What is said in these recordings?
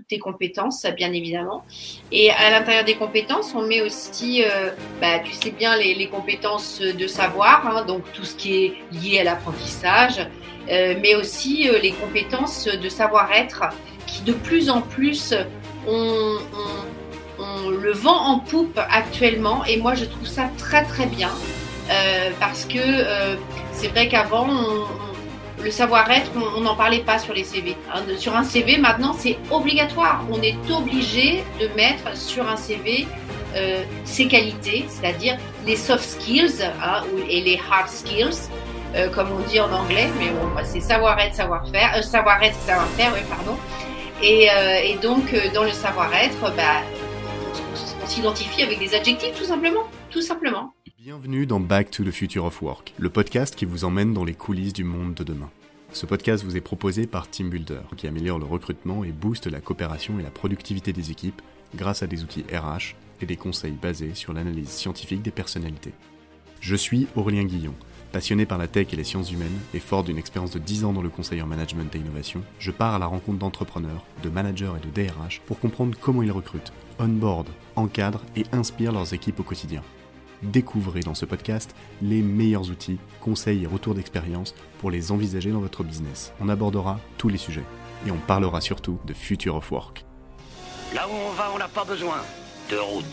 toutes tes compétences, bien évidemment. Et à l'intérieur des compétences, on met aussi, tu sais bien, les compétences de savoir, hein, donc tout ce qui est lié à l'apprentissage, mais aussi les compétences de savoir-être qui de plus en plus on le vent en poupe actuellement. Et moi, je trouve ça très très bien parce que c'est vrai qu'avant, le savoir-être, on n'en parlait pas sur les CV. Hein. Sur un CV, maintenant, c'est obligatoire. On est obligé de mettre sur un CV ses qualités, c'est-à-dire les soft skills et les hard skills, comme on dit en anglais, mais bon, c'est savoir-être, savoir-faire, savoir-être, savoir-faire, oui, pardon. Et donc, dans le savoir-être, on s'identifie avec des adjectifs, tout simplement. Bienvenue dans Back to the Future of Work, le podcast qui vous emmène dans les coulisses du monde de demain. Ce podcast vous est proposé par TeamBuilder, qui améliore le recrutement et booste la coopération et la productivité des équipes grâce à des outils RH et des conseils basés sur l'analyse scientifique des personnalités. Je suis Aurélien Guillon. Passionné par la tech et les sciences humaines et fort d'une expérience de 10 ans dans le conseil en management et innovation, je pars à la rencontre d'entrepreneurs, de managers et de DRH pour comprendre comment ils recrutent, onboardent, encadrent et inspirent leurs équipes au quotidien. Découvrez dans ce podcast les meilleurs outils, conseils et retours d'expérience pour les envisager dans votre business. On abordera tous les sujets et on parlera surtout de Future of Work. Là où on va, on n'a pas besoin de route.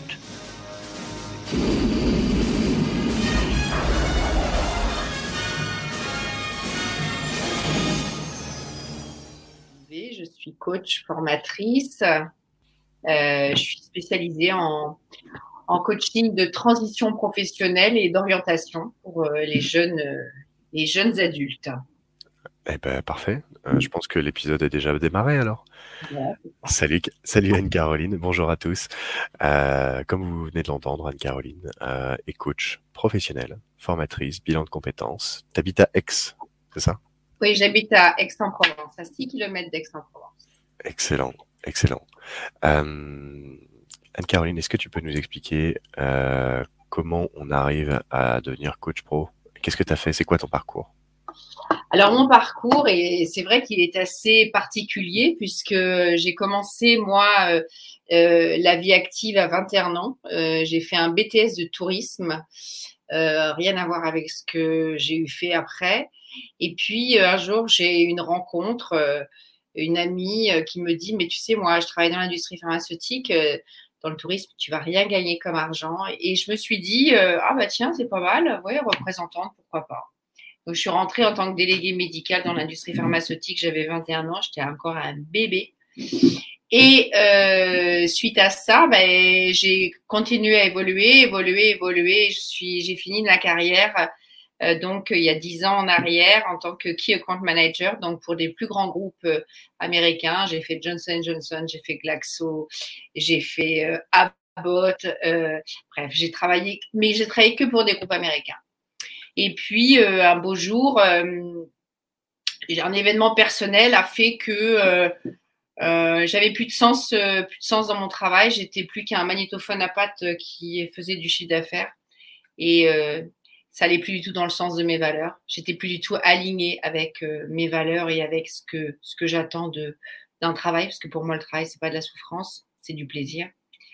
Je suis coach formatrice. Je suis spécialisée en coaching de transition professionnelle et d'orientation pour les jeunes adultes. Eh ben parfait. Je pense que l'épisode a déjà démarré alors. Ouais. Salut Anne-Caroline, bonjour à tous. Comme vous venez de l'entendre, Anne-Caroline est coach professionnelle, formatrice, bilan de compétences. T'habites à Aix, c'est ça? Oui, j'habite à Aix-en-Provence, à 6 km d'Aix-en-Provence. Excellent. Anne-Caroline, est-ce que tu peux nous expliquer comment on arrive à devenir coach pro? Qu'est-ce que tu as fait? C'est quoi ton parcours? Alors, mon parcours, et c'est vrai qu'il est assez particulier puisque j'ai commencé, moi, la vie active à 21 ans. J'ai fait un BTS de tourisme, rien à voir avec ce que j'ai eu fait après. Et puis, un jour, j'ai eu une rencontre, une amie qui me dit « Mais tu sais, moi, je travaille dans l'industrie pharmaceutique. Dans le tourisme, tu vas rien gagner comme argent. » Et je me suis dit « Ah bah tiens, c'est pas mal. Ouais, représentante, pourquoi pas. » Donc, je suis rentrée en tant que déléguée médicale dans l'industrie pharmaceutique. J'avais 21 ans, j'étais encore un bébé. Et suite à ça, j'ai continué à évoluer. J'ai fini ma carrière donc il y a 10 ans en arrière en tant que Key Account Manager, donc pour des plus grands groupes américains. J'ai fait Johnson & Johnson, j'ai fait Glaxo, j'ai fait Abbott. Bref, j'ai travaillé que pour des groupes américains. Et puis un beau jour, un événement personnel a fait que j'avais plus de sens dans mon travail. J'étais plus qu'un magnétophone à pattes qui faisait du chiffre d'affaires. Et ça allait plus du tout dans le sens de mes valeurs. J'étais plus du tout alignée avec mes valeurs et avec ce que j'attends d'un travail, parce que pour moi le travail c'est pas de la souffrance, c'est du plaisir.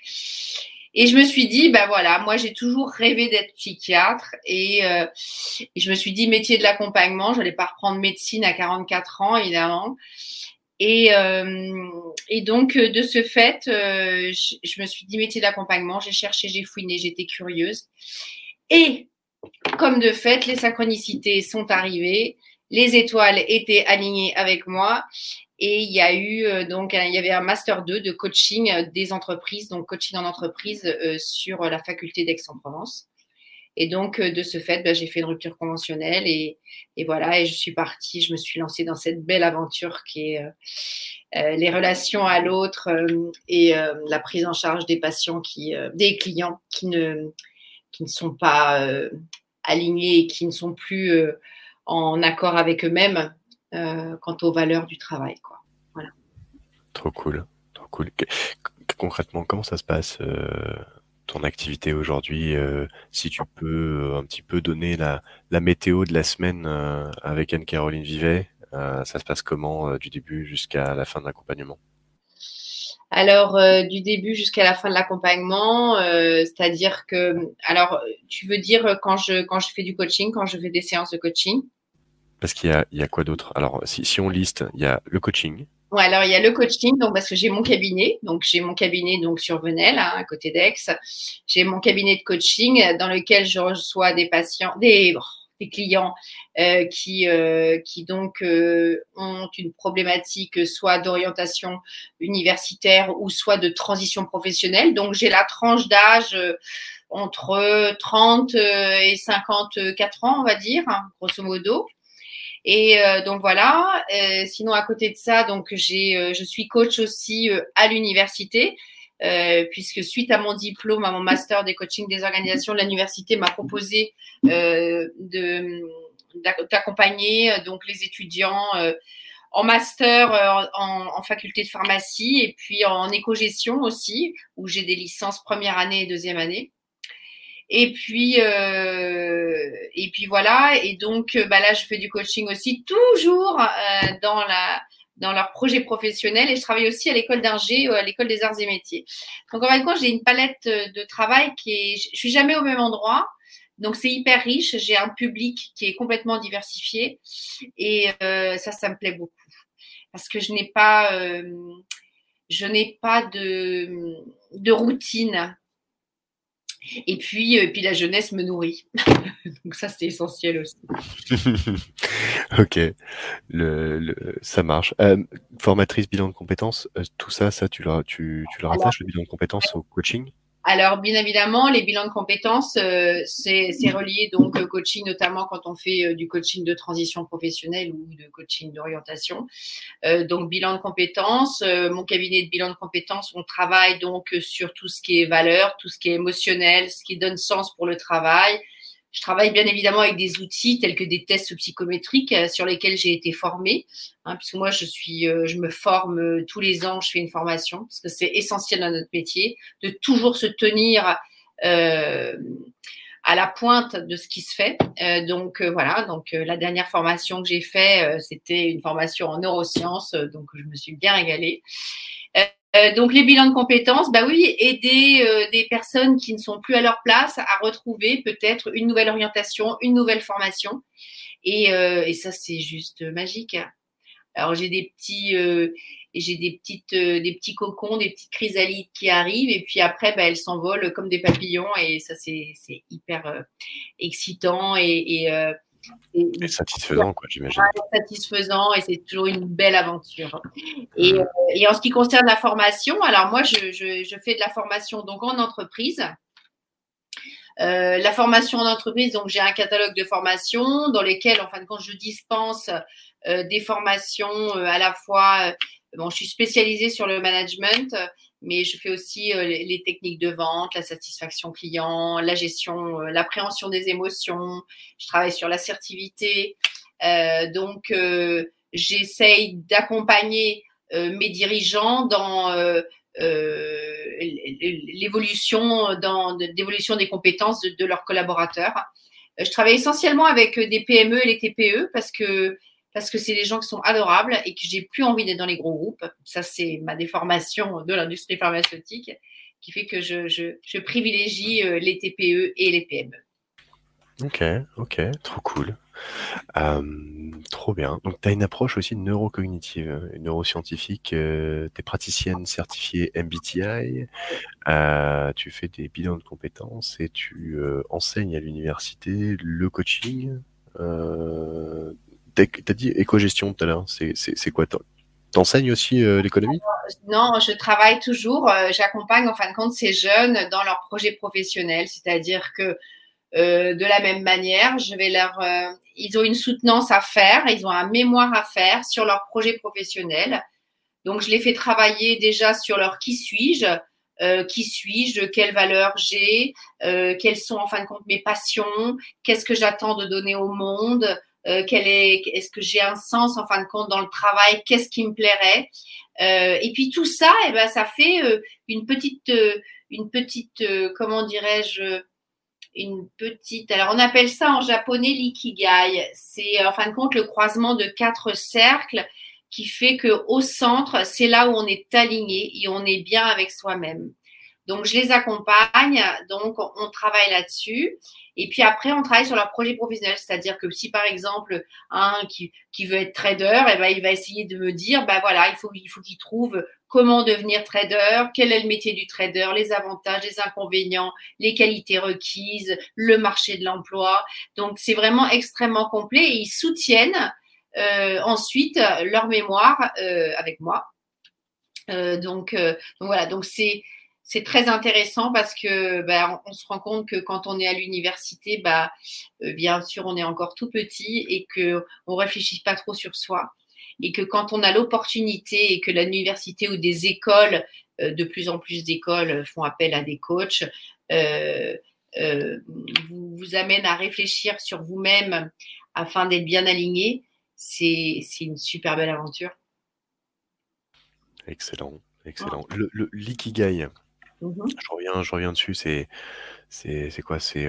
Et je me suis dit voilà, moi j'ai toujours rêvé d'être psychiatre et je me suis dit métier de l'accompagnement, je n'allais pas reprendre médecine à 44 ans évidemment. Et donc de ce fait, je me suis dit métier de l'accompagnement, j'ai cherché, j'ai fouiné, j'étais curieuse. Et comme de fait, les synchronicités sont arrivées, les étoiles étaient alignées avec moi et il y a eu il y avait un master 2 de coaching des entreprises, donc coaching en entreprise sur la faculté d'Aix-en-Provence. Et donc de ce fait, j'ai fait une rupture conventionnelle et voilà, et je suis partie, je me suis lancée dans cette belle aventure qui est les relations à l'autre et la prise en charge des patients des clients qui ne sont pas alignés et qui ne sont plus en accord avec eux-mêmes quant aux valeurs du travail, quoi. Voilà. Trop cool. Concrètement, comment ça se passe ton activité aujourd'hui? Si tu peux un petit peu donner la météo de la semaine avec Anne-Caroline Vivet, ça se passe comment du début jusqu'à la fin de l'accompagnement? Alors, du début jusqu'à la fin de l'accompagnement, c'est-à-dire que, alors, tu veux dire quand je fais du coaching, quand je fais des séances de coaching? Parce il y a quoi d'autre? Alors, si on liste, il y a le coaching. Ouais, alors il y a le coaching, donc parce que j'ai mon cabinet, donc sur Venelle, hein, à côté d'Aix. J'ai mon cabinet de coaching dans lequel je reçois des patients, des clients qui donc ont une problématique soit d'orientation universitaire ou soit de transition professionnelle. Donc j'ai la tranche d'âge entre 30 et 54 ans, on va dire, hein, grosso modo. Et donc voilà. Sinon à côté de ça, donc je suis coach aussi à l'université, puisque suite à mon diplôme, à mon master des coaching des organisations, l'université m'a proposé d'accompagner donc les étudiants en master en faculté de pharmacie et puis en éco-gestion aussi, où j'ai des licences première année et deuxième année. Et puis voilà. Et donc, là, je fais du coaching aussi, toujours dans leur projet professionnel. Et je travaille aussi à l'école d'ingé, à l'école des arts et métiers. Donc, en fin de compte, j'ai une palette de travail je suis jamais au même endroit. Donc, c'est hyper riche. J'ai un public qui est complètement diversifié. Et ça me plaît beaucoup. Parce que je n'ai pas de routine. Et puis la jeunesse me nourrit. Donc ça, c'est essentiel aussi. Ok, ça marche. Formatrice bilan de compétences, tout ça, tu le rattaches, le bilan de compétences au coaching? Alors, bien évidemment, les bilans de compétences, c'est relié donc coaching, notamment quand on fait du coaching de transition professionnelle ou de coaching d'orientation. Donc, bilan de compétences, mon cabinet de bilan de compétences, on travaille donc sur tout ce qui est valeur, tout ce qui est émotionnel, ce qui donne sens pour le travail. Je travaille bien évidemment avec des outils tels que des tests psychométriques sur lesquels j'ai été formée, hein, puisque moi je me forme tous les ans, je fais une formation parce que c'est essentiel dans notre métier de toujours se tenir à la pointe de ce qui se fait. Donc voilà, la dernière formation que j'ai faite, c'était une formation en neurosciences, donc je me suis bien régalée. Donc les bilans de compétences, bah oui, aider des personnes qui ne sont plus à leur place à retrouver peut-être une nouvelle orientation, une nouvelle formation. Et ça, c'est juste magique. Alors j'ai des petits cocons, des petites chrysalides qui arrivent et puis après, elles s'envolent comme des papillons et ça c'est hyper excitant et satisfaisant, quoi, j'imagine. Satisfaisant et c'est toujours une belle aventure. Et en ce qui concerne la formation, alors moi, je fais de la formation donc en entreprise. La formation en entreprise, donc j'ai un catalogue de formations dans lesquelles, en fin de compte, je dispense des formations à la fois. Je suis spécialisée sur le management, mais je fais aussi les techniques de vente, la satisfaction client, la gestion, l'appréhension des émotions. Je travaille sur l'assertivité. Donc, j'essaye d'accompagner mes dirigeants dans l'évolution des compétences de leurs collaborateurs. Je travaille essentiellement avec des PME et les TPE parce que c'est des gens qui sont adorables et que j'ai plus envie d'être dans les gros groupes. Ça, c'est ma déformation de l'industrie pharmaceutique qui fait que je privilégie les TPE et les PME. Ok, trop cool. Trop bien. Donc, tu as une approche aussi neurocognitive, neuroscientifique. Tu es praticienne certifiée MBTI. Tu fais des bilans de compétences et tu enseignes à l'université le coaching. T'as dit éco-gestion tout à l'heure. C'est quoi? T'enseignes aussi l'économie? Non, je travaille toujours. J'accompagne en fin de compte ces jeunes dans leurs projets professionnels, c'est-à-dire que de la même manière, ils ont une soutenance à faire, ils ont un mémoire à faire sur leur projet professionnel. Donc, je les fais travailler déjà sur leur qui suis-je, quelles valeurs j'ai, quelles sont en fin de compte mes passions, qu'est-ce que j'attends de donner au monde, est-ce que j'ai un sens en fin de compte dans le travail, qu'est-ce qui me plairait. Et puis tout ça, ça fait une petite, comment dirais-je, alors on appelle ça en japonais l'ikigai. C'est en fin de compte le croisement de 4 cercles qui fait qu'au centre, c'est là où on est aligné et on est bien avec soi-même. Donc, je les accompagne, donc on travaille là-dessus. Et puis après, on travaille sur leur projet professionnel. C'est-à-dire que si, par exemple, un qui veut être trader, eh ben, il va essayer de me dire, ben voilà, il faut qu'il trouve comment devenir trader, quel est le métier du trader, les avantages, les inconvénients, les qualités requises, le marché de l'emploi. Donc, c'est vraiment extrêmement complet et ils soutiennent ensuite leur mémoire avec moi. Donc voilà, donc c'est très intéressant parce que on se rend compte que quand on est à l'université, bien sûr, on est encore tout petit et que on réfléchit pas trop sur soi. Et que quand on a l'opportunité et que l'université ou des écoles, de plus en plus d'écoles font appel à des coachs, vous amène à réfléchir sur vous-même afin d'être bien aligné, c'est une super belle aventure. Excellent. Le l'ikigai. Je reviens dessus. C'est quoi? C'est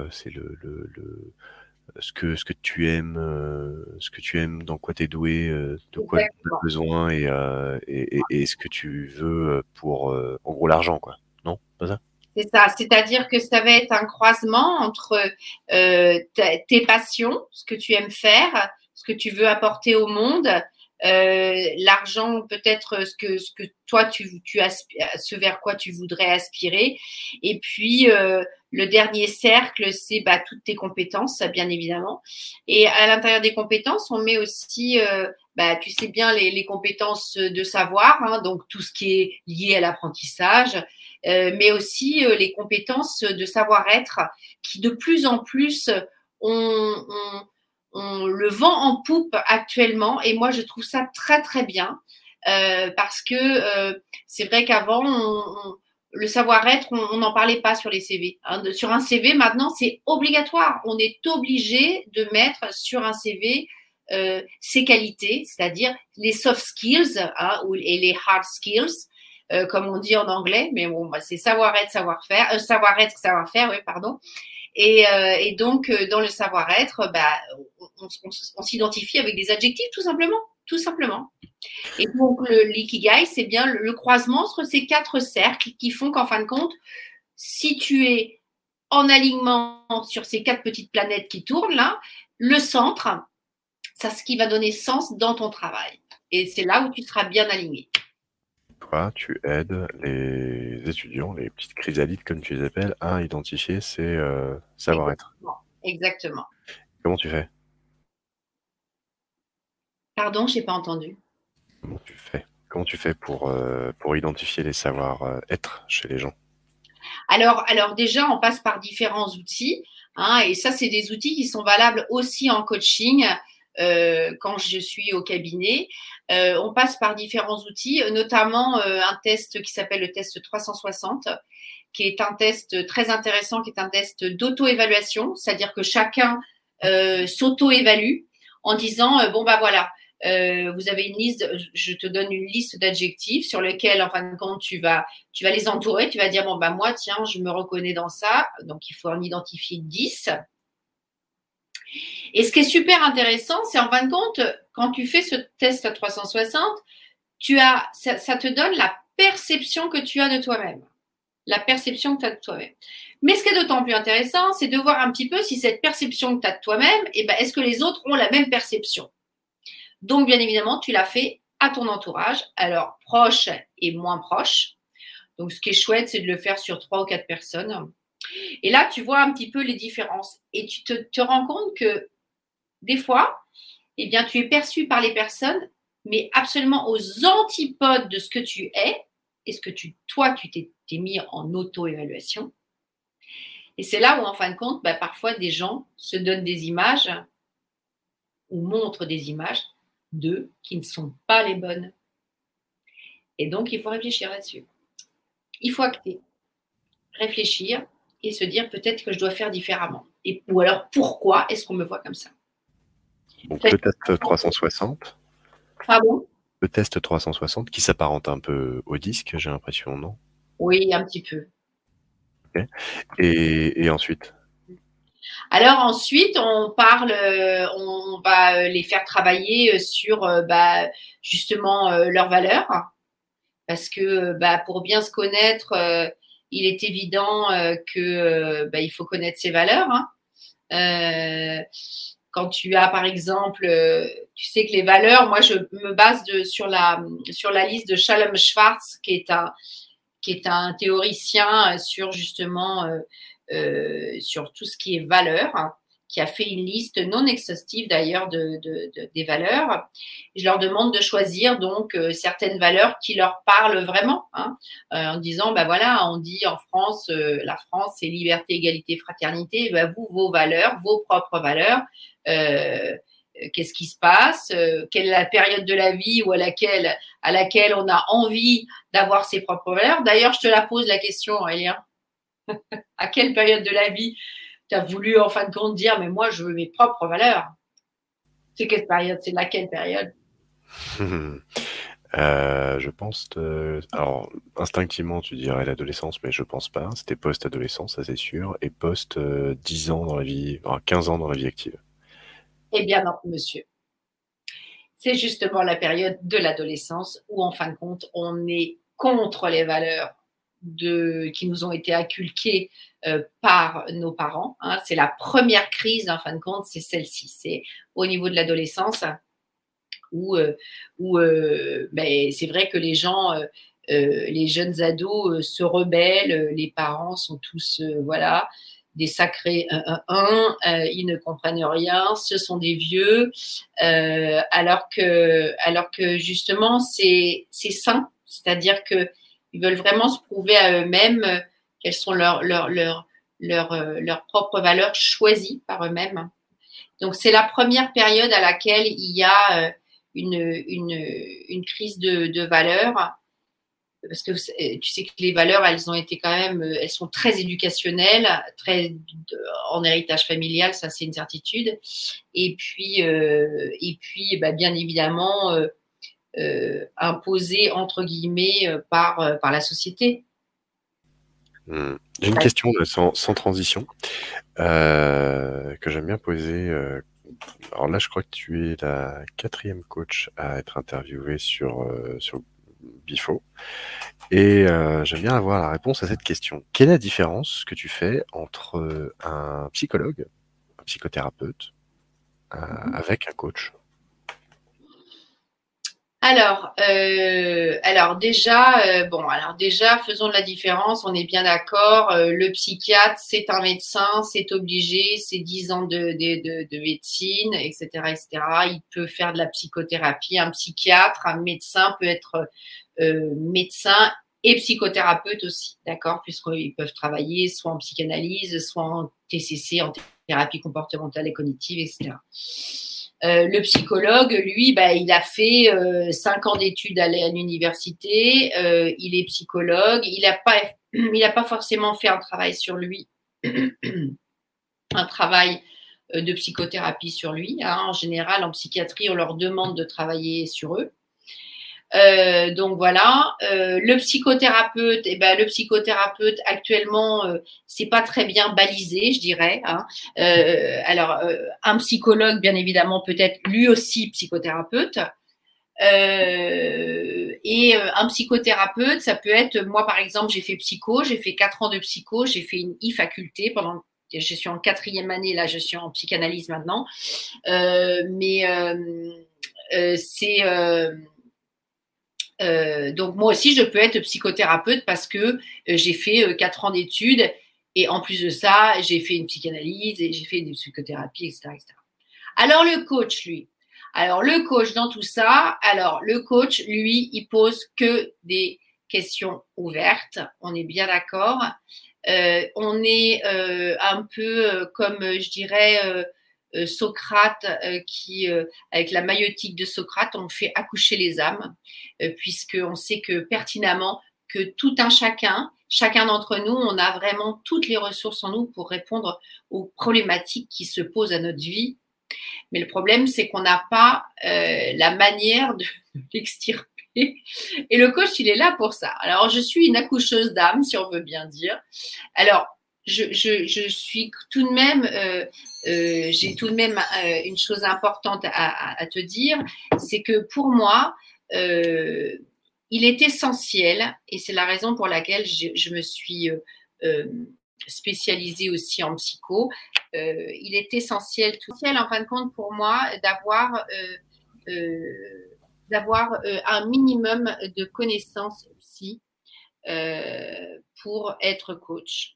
ce que tu aimes, dans quoi tu es doué, de quoi tu as besoin et ce que tu veux pour, en gros, l'argent, quoi. Non? Pas ça? C'est ça. C'est-à-dire que ça va être un croisement entre tes passions, ce que tu aimes faire, ce que tu veux apporter au monde, l'argent peut-être ce que toi ce vers quoi tu voudrais aspirer, et puis le dernier cercle c'est toutes tes compétences bien évidemment, et à l'intérieur des compétences on met aussi tu sais bien les compétences de savoir, hein, donc tout ce qui est lié à l'apprentissage, mais aussi les compétences de savoir-être qui de plus en plus on le vend en poupe actuellement et moi je trouve ça très très bien parce que c'est vrai qu'avant le savoir-être on n'en parlait pas sur les CV, hein. Sur un CV maintenant c'est obligatoire, on est obligé de mettre sur un CV ses qualités, c'est-à-dire les soft skills, hein, et les hard skills, comme on dit en anglais, mais bon, c'est savoir-être, savoir-faire, savoir-être, savoir-faire, oui, pardon. Et donc, dans le savoir-être, on s'identifie avec des adjectifs, tout simplement. Et donc, l'ikigai, c'est bien le croisement entre ces 4 cercles qui font qu'en fin de compte, si tu es en alignement sur ces 4 petites planètes qui tournent là, le centre, c'est ce qui va donner sens dans ton travail. Et c'est là où tu seras bien aligné. Toi, tu aides les étudiants, les petites chrysalides comme tu les appelles, à identifier ces savoir-être. Exactement. Comment tu fais? Pardon, je n'ai pas entendu. Comment tu fais pour identifier les savoir-être chez les gens? Alors déjà, on passe par différents outils, hein, et ça, c'est des outils qui sont valables aussi en coaching. Quand je suis au cabinet, on passe par différents outils, notamment un test qui s'appelle le test 360, qui est un test très intéressant, qui est un test d'auto-évaluation, c'est-à-dire que chacun s'auto-évalue en disant voilà, vous avez une liste, je te donne une liste d'adjectifs sur lesquels, en fin de compte, tu vas les entourer, tu vas dire moi, tiens, je me reconnais dans ça, donc il faut en identifier 10. Et ce qui est super intéressant, c'est en fin de compte, quand tu fais ce test à 360, ça te donne la perception que tu as de toi-même. La perception que tu as de toi-même. Mais ce qui est d'autant plus intéressant, c'est de voir un petit peu si cette perception que tu as de toi-même, est-ce que les autres ont la même perception? Donc, bien évidemment, tu l'as fait à ton entourage, alors proche et moins proche. Donc, ce qui est chouette, c'est de le faire sur 3 ou 4 personnes. Et là, tu vois un petit peu les différences. Et tu te rends compte que des fois, tu es perçu par les personnes, mais absolument aux antipodes de ce que tu es et ce que tu t'es mis en auto-évaluation. Et c'est là où, en fin de compte, parfois, des gens se donnent des images ou montrent des images d'eux qui ne sont pas les bonnes. Et donc, il faut réfléchir là-dessus. Il faut acter, réfléchir et se dire peut-être que je dois faire différemment. Ou alors, pourquoi est-ce qu'on me voit comme ça? Donc, le test 360. Pardon? Le test 360 qui s'apparente un peu au disque, j'ai l'impression, non? Oui, un petit peu. Okay. Et ensuite? Alors ensuite, on va les faire travailler sur justement leurs valeurs, parce que pour bien se connaître, il est évident que il faut connaître ses valeurs. Hein. Quand tu as par exemple, tu sais que les valeurs, moi je me base sur la liste de Shalom Schwartz, qui est un théoricien sur justement sur tout ce qui est valeurs, hein, qui a fait une liste non exhaustive d'ailleurs des valeurs. Je leur demande de choisir donc certaines valeurs qui leur parlent vraiment, hein, en disant voilà, on dit en France, la France c'est liberté, égalité, fraternité. Vous, vos valeurs, vos propres valeurs, qu'est-ce qui se passe, quelle est la période de la vie à laquelle on a envie d'avoir ses propres valeurs. D'ailleurs, je te la pose la question, Aurélien. À quelle période de la vie tu as voulu en fin de compte dire mais moi je veux mes propres valeurs? C'est quelle période? C'est laquelle période? Je pense alors instinctivement tu dirais l'adolescence, mais je pense pas. C'était post-adolescence, ça c'est sûr, et post 10 ans dans la vie, 15 ans dans la vie active. Eh bien non, monsieur. C'est justement la période de l'adolescence où en fin de compte on est contre les valeurs qui nous ont été inculquées par nos parents. Hein. C'est la première crise, en fin de compte, c'est celle-ci. C'est au niveau de l'adolescence où c'est vrai que les gens, les jeunes ados se rebellent, les parents sont tous, des sacrés ils ne comprennent rien, ce sont des vieux, alors que justement c'est sain, c'est-à-dire que ils veulent vraiment se prouver à eux-mêmes quelles sont leurs propres valeurs choisies par eux-mêmes. Donc, c'est la première période à laquelle il y a une crise de valeurs, parce que tu sais que les valeurs, elles ont été quand même, elles sont très éducationnelles, très en héritage familial, ça c'est une certitude. Et puis bien évidemment, imposé entre guillemets par la société. J'ai une question sans transition que j'aime bien poser. Alors là, je crois que tu es la 4e coach à être interviewée sur Bifo, et j'aime bien avoir la réponse à cette question. Quelle est la différence que tu fais entre un psychologue, un psychothérapeute, avec un coach? Alors déjà, faisons de la différence. On est bien d'accord. Le psychiatre, c'est un médecin, c'est obligé, c'est 10 ans de médecine, etc., etc. Il peut faire de la psychothérapie. Un psychiatre, un médecin peut être médecin et psychothérapeute aussi, d'accord, puisqu'ils peuvent travailler soit en psychanalyse, soit en TCC, en thérapie comportementale et cognitive, etc. Le psychologue, lui, il a fait 5 ans d'études à l'université. Il est psychologue. Il n'a pas forcément fait un travail sur lui, un travail de psychothérapie sur lui. Hein. En général, en psychiatrie, on leur demande de travailler sur eux. Donc voilà, le psychothérapeute, le psychothérapeute actuellement, c'est pas très bien balisé, je dirais. Hein. Un psychologue, bien évidemment, peut être lui aussi psychothérapeute. Et un psychothérapeute, ça peut être, moi par exemple, j'ai fait 4 ans de psycho, j'ai fait une e-faculté je suis en 4e année, là je suis en psychanalyse maintenant. Donc moi aussi je peux être psychothérapeute parce que j'ai fait 4 ans d'études et en plus de ça j'ai fait une psychanalyse et j'ai fait des psychothérapies, etc., etc. Alors le coach dans tout ça, le coach lui il pose que des questions ouvertes, on est bien d'accord. On est un peu comme je dirais Socrate qui, avec la maïeutique de Socrate, on fait accoucher les âmes, puisqu'on sait que pertinemment que tout un chacun d'entre nous, on a vraiment toutes les ressources en nous pour répondre aux problématiques qui se posent à notre vie. Mais le problème, c'est qu'on n'a pas la manière de l'extirper. Et le coach, il est là pour ça. Alors, je suis une accoucheuse d'âme, si on veut bien dire. Alors, je suis tout de même, j'ai tout de même une chose importante à te dire, c'est que pour moi, il est essentiel, et c'est la raison pour laquelle je me suis spécialisée aussi en psycho, il est essentiel, tout essentiel en fin de compte pour moi d'avoir un minimum de connaissances psy pour être coach.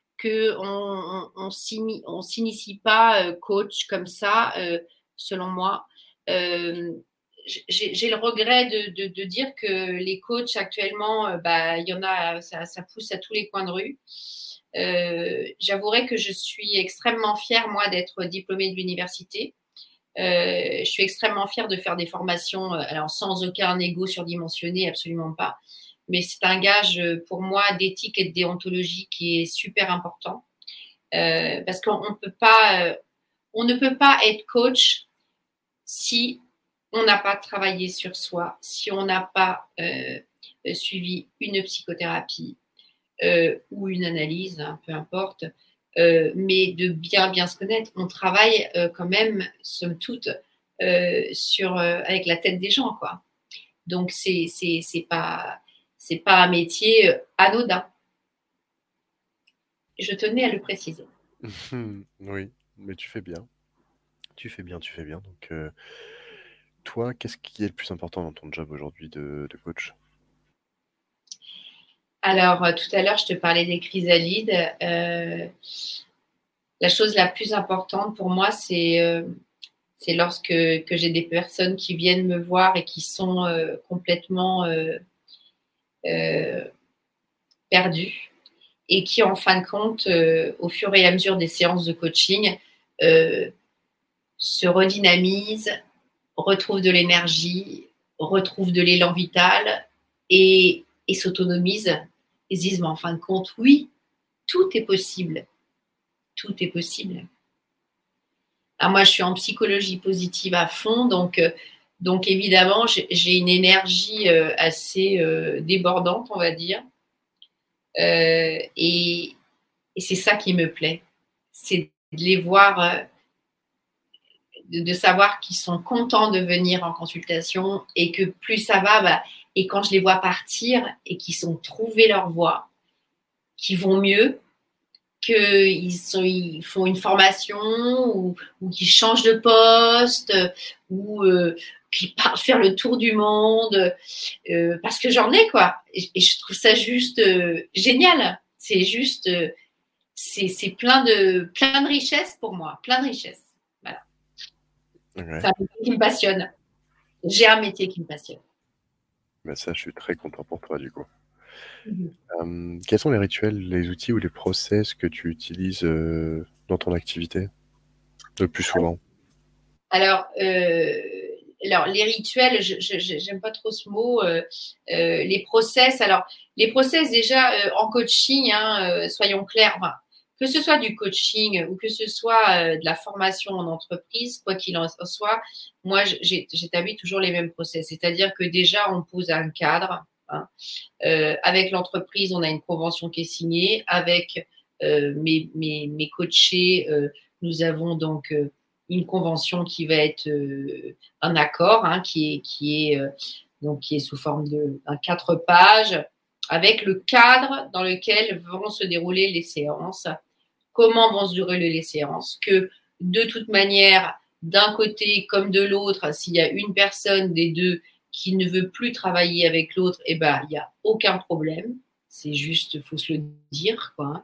On s'initie pas coach comme ça, selon moi. J'ai le regret de dire que les coachs actuellement, il y en a, ça pousse à tous les coins de rue. J'avouerai que je suis extrêmement fière, moi, d'être diplômée de l'université. Je suis extrêmement fière de faire des formations, alors sans aucun ego surdimensionné, absolument pas. Mais c'est un gage pour moi d'éthique et de déontologie qui est super important. Parce qu'on on ne peut pas être coach si on n'a pas travaillé sur soi, si on n'a pas suivi une psychothérapie ou une analyse, hein, peu importe, mais de bien se connaître. On travaille quand même, somme toute, avec la tête des gens, quoi. Donc c'est pas un métier anodin. Je tenais à le préciser. Oui, mais tu fais bien. Tu fais bien. Donc, toi, qu'est-ce qui est le plus important dans ton job aujourd'hui de coach? Alors, tout à l'heure, je te parlais des chrysalides. La chose la plus importante pour moi, c'est lorsque j'ai des personnes qui viennent me voir et qui sont complètement perdues et qui, en fin de compte, au fur et à mesure des séances de coaching, se redynamisent, retrouvent de l'énergie, retrouvent de l'élan vital et s'autonomisent et se disent, mais en fin de compte, oui, tout est possible. Tout est possible. Alors moi, je suis en psychologie positive à fond, donc évidemment, j'ai une énergie assez débordante, on va dire. Et c'est ça qui me plaît. C'est de les voir, de savoir qu'ils sont contents de venir en consultation et que plus ça va, et quand je les vois partir et qu'ils ont trouvé leur voie, qu'ils vont mieux, qu'ils font une formation ou qu'ils changent de poste ou qu'ils partent faire le tour du monde parce que j'en ai, quoi. Et je trouve ça juste génial. C'est juste, c'est plein de richesses pour moi, plein de richesses. Voilà. Ouais. C'est un métier qui me passionne. J'ai un métier qui me passionne. Ben ça, je suis très content pour toi, du coup. Quels sont les rituels, les outils ou les process que tu utilises dans ton activité le plus souvent? Alors, les rituels, j'aime pas trop ce mot. Les process, déjà en coaching, hein, soyons clairs, enfin, que ce soit du coaching ou que ce soit de la formation en entreprise, quoi qu'il en soit, moi, j'établis toujours les mêmes process. C'est-à-dire que déjà, on pose un cadre. Hein. Avec l'entreprise, on a une convention qui est signée. Avec mes coachés, nous avons donc une convention qui va être un accord, hein, qui est sous forme d'un 4 pages, avec le cadre dans lequel vont se dérouler les séances, comment vont se dérouler les séances, que de toute manière, d'un côté comme de l'autre, s'il y a une personne des deux qui ne veut plus travailler avec l'autre, il n'y a aucun problème. C'est juste, faut se le dire, quoi.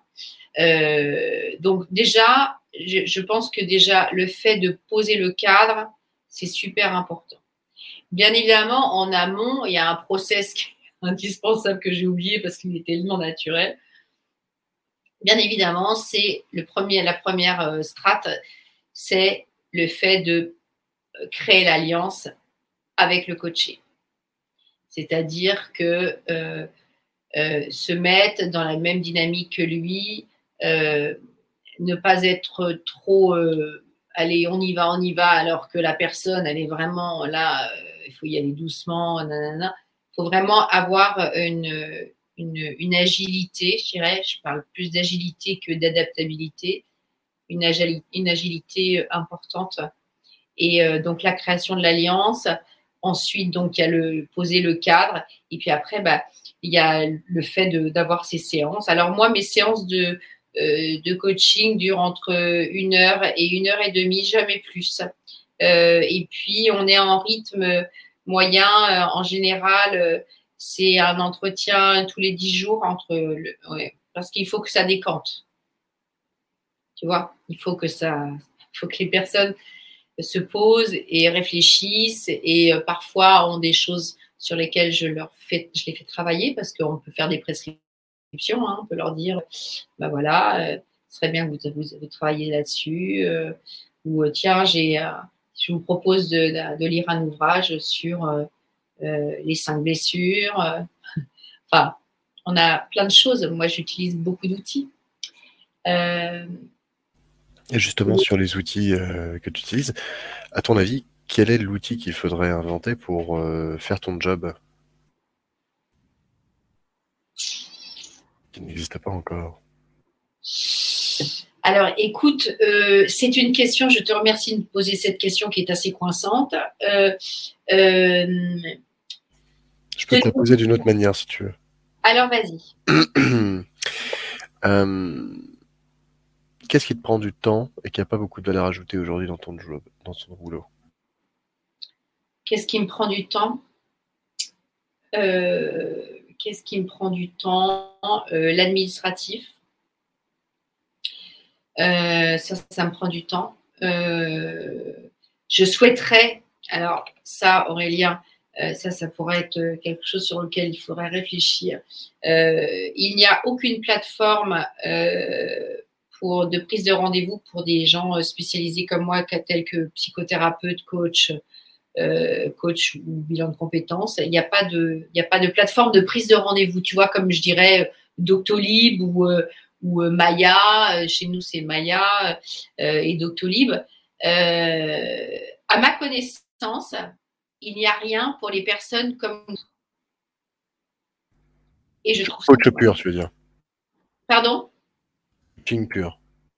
Donc déjà, je pense que déjà le fait de poser le cadre, c'est super important. Bien évidemment, en amont, il y a un process qui est indispensable que j'ai oublié parce qu'il est tellement naturel. Bien évidemment, c'est la première strate, c'est le fait de créer l'alliance avec le coaché. C'est-à-dire que se mettre dans la même dynamique que lui, ne pas être trop allez, on y va, alors que la personne, elle est vraiment là, il faut y aller doucement, nanana. Il faut vraiment avoir une une agilité, je dirais. Je parle plus d'agilité que d'adaptabilité. Une agilité importante. Et donc, la création de l'alliance. Ensuite, donc, il y a poser le cadre. Et puis après, il y a le fait d'avoir ces séances. Alors, moi, mes séances de coaching durent entre 1 heure et 1 heure et demie, jamais plus. Et puis, on est en rythme moyen. En général, c'est un entretien tous les 10 jours parce qu'il faut que ça décante. Tu vois, il faut que les personnes se posent et réfléchissent et parfois ont des choses sur lesquelles je les fais travailler parce qu'on peut faire des prescriptions, hein, on peut leur dire, voilà, ce serait bien que vous travailliez là-dessus ou tiens, je vous propose de lire un ouvrage sur les 5 blessures. Enfin, on a plein de choses. Moi, j'utilise beaucoup d'outils. Et justement, sur les outils que tu utilises, à ton avis, quel est l'outil qu'il faudrait inventer pour faire ton job qui n'existe pas encore? Alors, écoute, c'est une question, je te remercie de me poser cette question qui est assez coinçante. Je peux te la poser d'une autre manière, si tu veux. Alors, vas-y. Qu'est-ce qui te prend du temps et qui n'a pas beaucoup de valeur ajoutée aujourd'hui dans ton job, dans ton boulot? Qu'est-ce qui me prend du temps? Qu'est-ce qui me prend du temps? L'administratif. Ça me prend du temps. Je souhaiterais, alors ça, Aurélien, ça pourrait être quelque chose sur lequel il faudrait réfléchir. Il n'y a aucune plateforme de prise de rendez-vous pour des gens spécialisés comme moi, tels que psychothérapeute, coach ou bilan de compétences. Il n'y a pas de plateforme de prise de rendez-vous, tu vois, comme je dirais Doctolib ou Maya. Chez nous, c'est Maya et Doctolib. À ma connaissance, il n'y a rien pour les personnes comme nous. Et je trouve coach pur, tu veux dire? Pardon? Coaching pur.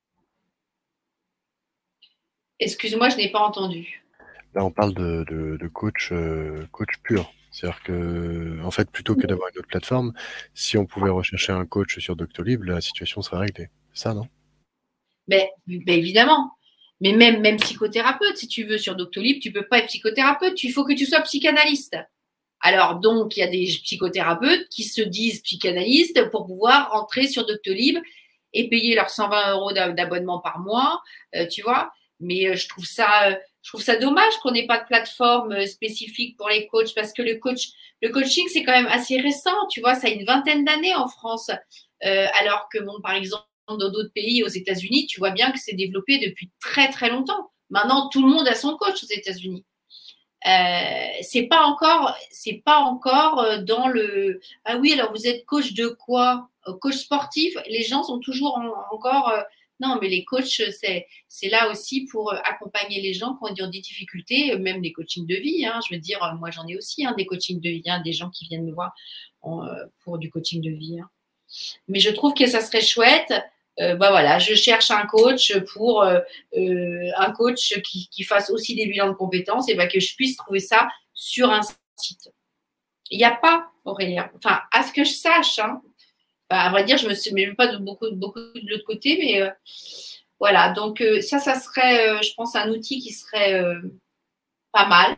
Excuse-moi, je n'ai pas entendu. Là, on parle de coach pur. C'est-à-dire que, en fait, plutôt que d'avoir une autre plateforme, si on pouvait rechercher un coach sur Doctolib, la situation serait réglée. C'est ça, non? Mais évidemment. Mais même psychothérapeute, si tu veux, sur Doctolib, tu peux pas être psychothérapeute. Il faut que tu sois psychanalyste. Alors, donc, il y a des psychothérapeutes qui se disent psychanalystes pour pouvoir rentrer sur Doctolib et payer leurs 120 € d'abonnement par mois, tu vois. Mais je trouve ça dommage qu'on n'ait pas de plateforme spécifique pour les coachs parce que le coaching, c'est quand même assez récent, tu vois. Ça a une vingtaine d'années en France. Alors que, bon, par exemple, dans d'autres pays, aux États-Unis, tu vois bien que c'est développé depuis très, très longtemps. Maintenant, tout le monde a son coach aux États-Unis. C'est pas encore dans le ah oui, alors vous êtes coach de quoi? Coach sportif? Les gens sont toujours encore non, mais les coachs, c'est là aussi pour accompagner les gens qui ont des difficultés, même les coachings de vie. Hein, je veux dire, moi j'en ai aussi des coachings de vie, des gens qui viennent me voir pour du coaching de vie. Hein. Mais je trouve que ça serait chouette. Voilà, je cherche un coach pour un coach qui fasse aussi des bilans de compétences et que je puisse trouver ça sur un site. Il n'y a pas, Aurélien. Enfin, à ce que je sache, hein, à vrai dire, je me suis même pas beaucoup de l'autre côté, mais voilà. Donc ça serait, je pense, un outil qui serait pas mal.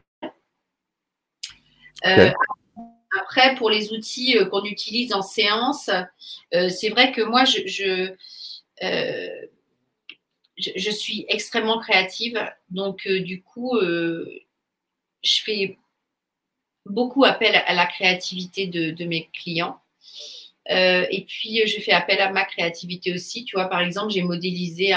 Okay. Après, pour les outils qu'on utilise en séance, c'est vrai que moi, je suis extrêmement créative. Donc, du coup, je fais beaucoup appel à la créativité de mes clients. Et puis, je fais appel à ma créativité aussi. Tu vois, par exemple, j'ai modélisé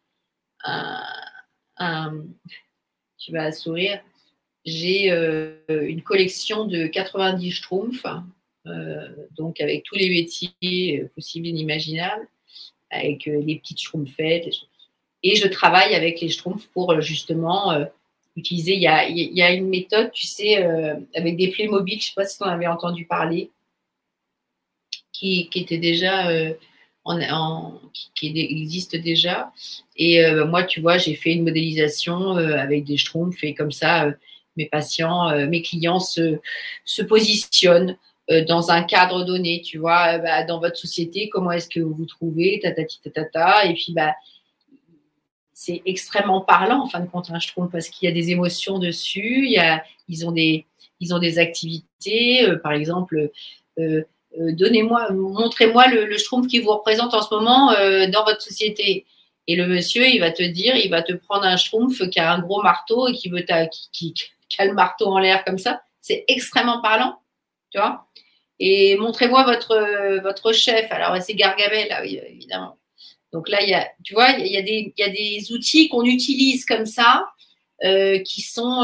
tu vas sourire. J'ai une collection de 90 schtroumpfs, donc avec tous les métiers possibles et inimaginables, avec les petites schtroumpfettes. Et je travaille avec les schtroumpfs pour justement utiliser. Il y a une méthode, tu sais, avec des Playmobil, je ne sais pas si tu en avais entendu parler, qui était déjà qui existe déjà. Et moi, tu vois, j'ai fait une modélisation avec des schtroumpfs et comme ça, mes patients, mes clients se positionnent dans un cadre donné, tu vois, dans votre société, comment est-ce que vous vous trouvez, tatati tatata, et puis c'est extrêmement parlant en fin de compte, je trouve, parce qu'il y a des émotions dessus, ils ont des activités, par exemple, montrez-moi le schtroumpf qui vous représente en ce moment dans votre société. Et le monsieur, il va te prendre un schtroumpf qui a un gros marteau et qui a le marteau en l'air comme ça. C'est extrêmement parlant, tu vois. Et montrez-moi votre chef. Alors, c'est Gargamel, là, oui, évidemment. Donc là, tu vois, il y a des outils qu'on utilise comme ça qui sont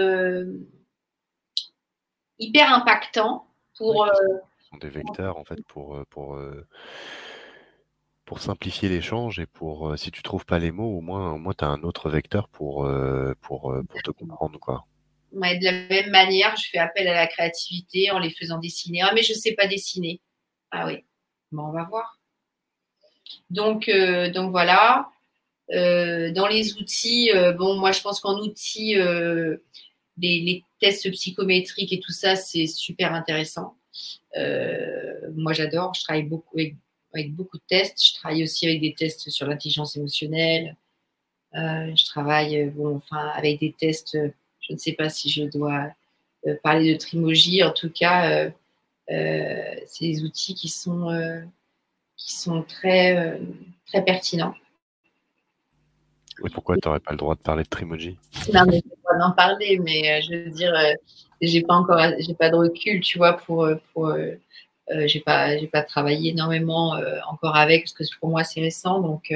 hyper impactants pour. Ce sont des vecteurs en fait pour simplifier l'échange et pour si tu trouves pas les mots, au moins tu as un autre vecteur pour te comprendre quoi. Ouais, de la même manière, je fais appel à la créativité en les faisant dessiner. Ah, mais je ne sais pas dessiner. Ah oui, bon, on va voir. Donc voilà. Dans les outils, moi je pense qu'en outils, les tests psychométriques et tout ça, c'est super intéressant. Moi j'adore, je travaille beaucoup avec beaucoup de tests. Je travaille aussi avec des tests sur l'intelligence émotionnelle. Je travaille avec des tests, je ne sais pas si je dois parler de Trimoji. En tout cas, c'est des outils qui sont très, très pertinents. Et pourquoi tu n'aurais pas le droit de parler de Trimoji? Non, mais je vais pas en parler, mais je veux dire, j'ai pas de recul, tu vois, j'ai pas travaillé énormément encore avec, parce que pour moi c'est récent, donc.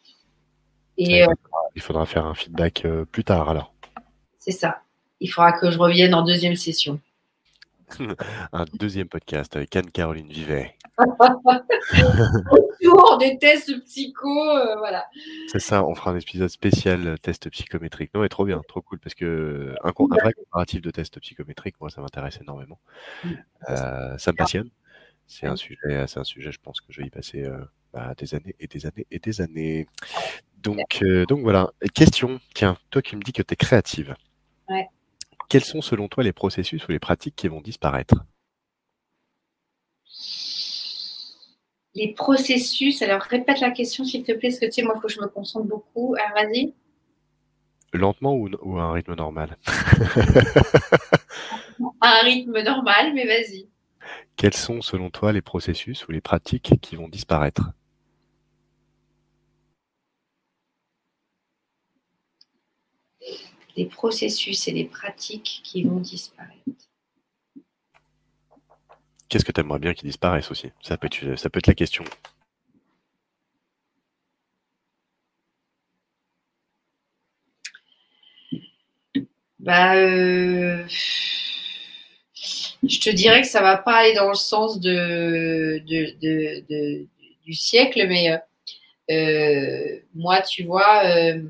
Il faudra faire un feedback plus tard alors. C'est ça. Il faudra que je revienne en deuxième session. Un deuxième podcast avec Anne-Caroline Vivet. Autour des tests psycho, voilà. C'est ça, on fera un épisode spécial test psychométrique. Non, mais trop bien, trop cool, parce que un vrai comparatif de tests psychométriques, moi, ça m'intéresse énormément. Ça me passionne. C'est un sujet, je pense que je vais y passer des années et des années et des années. Donc voilà. Question, tiens, toi qui me dis que tu es créative. Ouais. Quels sont selon toi les processus ou les pratiques qui vont disparaître? Les processus, alors répète la question s'il te plaît, parce que tu sais, moi, il faut que je me concentre beaucoup. Alors, vas-y. Lentement ou à un rythme normal? À un rythme normal, mais vas-y. Quels sont selon toi les processus ou les pratiques qui vont disparaître? Les processus et les pratiques qui vont disparaître. Qu'est-ce que tu aimerais bien qu'ils disparaissent aussi? Ça peut être la question. Je te dirais que ça va pas aller dans le sens du siècle, mais moi, tu vois,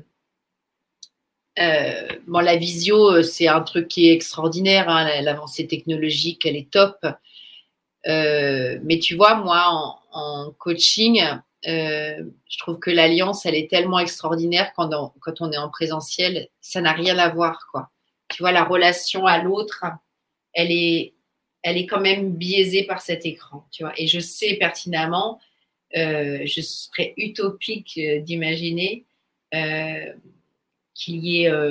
la visio, c'est un truc qui est extraordinaire. L'avancée technologique, elle est top. Mais tu vois, moi, en coaching, je trouve que l'alliance, elle est tellement extraordinaire quand on est en présentiel, ça n'a rien à voir, quoi. Tu vois, la relation à l'autre, elle est quand même biaisée par cet écran, tu vois. Et je sais pertinemment, je serais utopique d'imaginer qu'il y ait,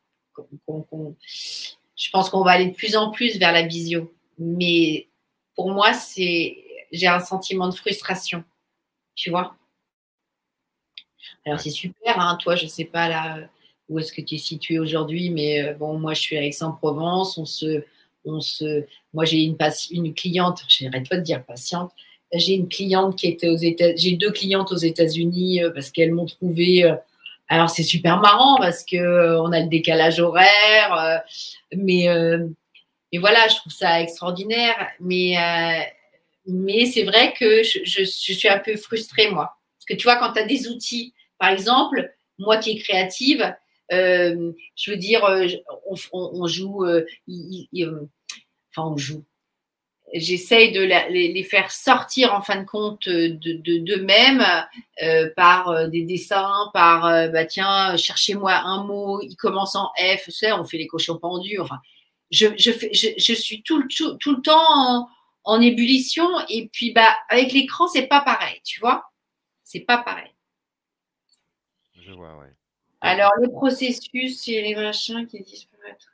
je pense qu'on va aller de plus en plus vers la visio, mais pour moi, j'ai un sentiment de frustration, tu vois. Alors, c'est super, hein, toi, je ne sais pas là où est-ce que tu es situé aujourd'hui, mais moi, je suis à Aix-en-Provence. Moi, j'ai une cliente, j'arrête pas de dire patiente. J'ai une cliente qui était aux États-Unis. J'ai 2 clientes aux États-Unis parce qu'elles m'ont trouvé. Alors, c'est super marrant parce qu'on a le décalage horaire, mais voilà, je trouve ça extraordinaire. Mais c'est vrai que je suis un peu frustrée, moi. Parce que tu vois, quand tu as des outils, par exemple, moi qui est créative, je veux dire, on joue, on joue. j'essaye de les faire sortir en fin de compte d'eux-mêmes par des dessins, par tiens, cherchez-moi un mot, il commence en F, tu sais, on fait les cochons pendus. Enfin, je suis tout le temps en ébullition et puis avec l'écran, c'est pas pareil, tu vois, c'est pas pareil. Je vois, ouais. Alors, les processus et les machins qui disparaîtraient.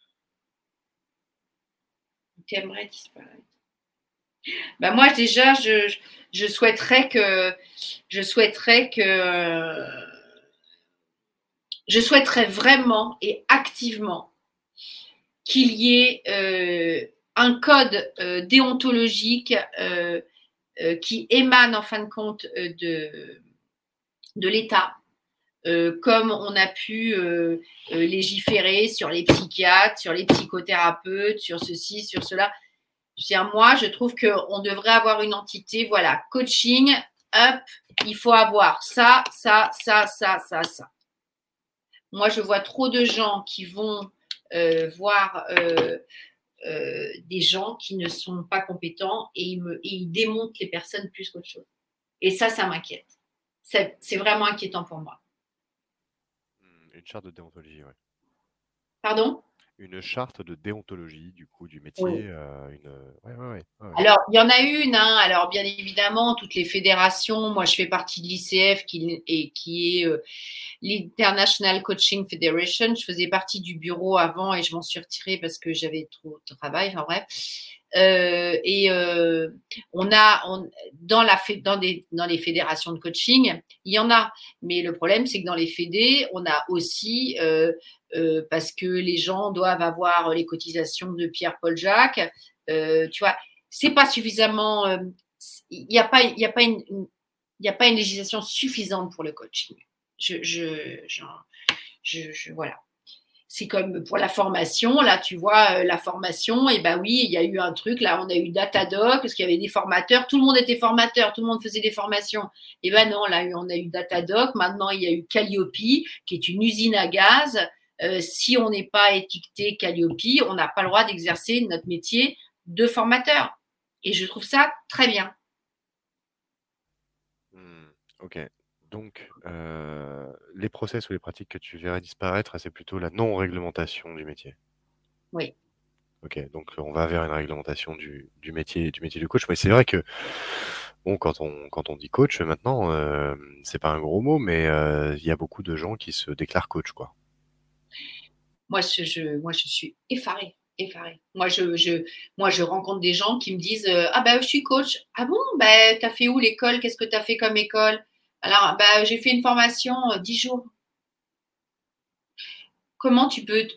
Qui aimeraient disparaître. Moi, déjà, je souhaiterais vraiment et activement qu'il y ait un code déontologique qui émane en fin de compte de l'État. Comme on a pu légiférer sur les psychiatres, sur les psychothérapeutes, sur ceci, sur cela. Moi, je trouve qu'on devrait avoir une entité, voilà, coaching, hop, il faut avoir ça. Moi, je vois trop de gens qui vont voir des gens qui ne sont pas compétents et ils démontent les personnes plus qu'autre chose. Et ça m'inquiète. C'est vraiment inquiétant pour moi. Une charte de déontologie, oui. Pardon ? Une charte de déontologie, du coup, du métier. Oui. Ouais. Alors, il y en a une. Alors, bien évidemment, toutes les fédérations. Moi, je fais partie de l'ICF qui est l'International Coaching Federation. Je faisais partie du bureau avant et je m'en suis retirée parce que j'avais trop de travail. Enfin bref. On a dans les fédérations de coaching, il y en a. Mais le problème, c'est que dans les fédés, on a aussi parce que les gens doivent avoir les cotisations de Pierre-Paul Jacques. Tu vois, c'est pas suffisamment. Il n'y a pas une législation suffisante pour le coaching. Voilà. C'est comme pour la formation, là, tu vois, la formation, et oui, il y a eu un truc, là, on a eu Datadoc, parce qu'il y avait des formateurs, tout le monde était formateur, tout le monde faisait des formations. Non, là, on a eu Datadoc, maintenant, il y a eu Calliope, qui est une usine à gaz. Si on n'est pas étiqueté Calliope, on n'a pas le droit d'exercer notre métier de formateur. Et je trouve ça très bien. Ok. Donc, les process ou les pratiques que tu verrais disparaître, c'est plutôt la non-réglementation du métier. Oui. Ok, donc on va vers une réglementation du métier du coach. Mais c'est vrai que bon, quand on dit coach maintenant, c'est pas un gros mot, mais il y a beaucoup de gens qui se déclarent coach, quoi. Moi, je suis effarée. Moi, je rencontre des gens qui me disent je suis coach. Ah bon, t'as fait où l'école? Qu'est-ce que t'as fait comme école? Alors, j'ai fait une formation 10 jours. Comment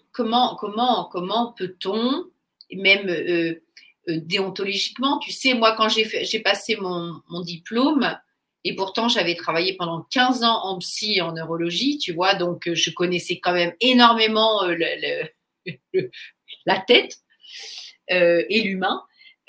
peut-on, même déontologiquement, tu sais, moi, quand j'ai passé mon diplôme, et pourtant, j'avais travaillé pendant 15 ans en psy, en neurologie, tu vois, donc je connaissais quand même énormément la tête et l'humain.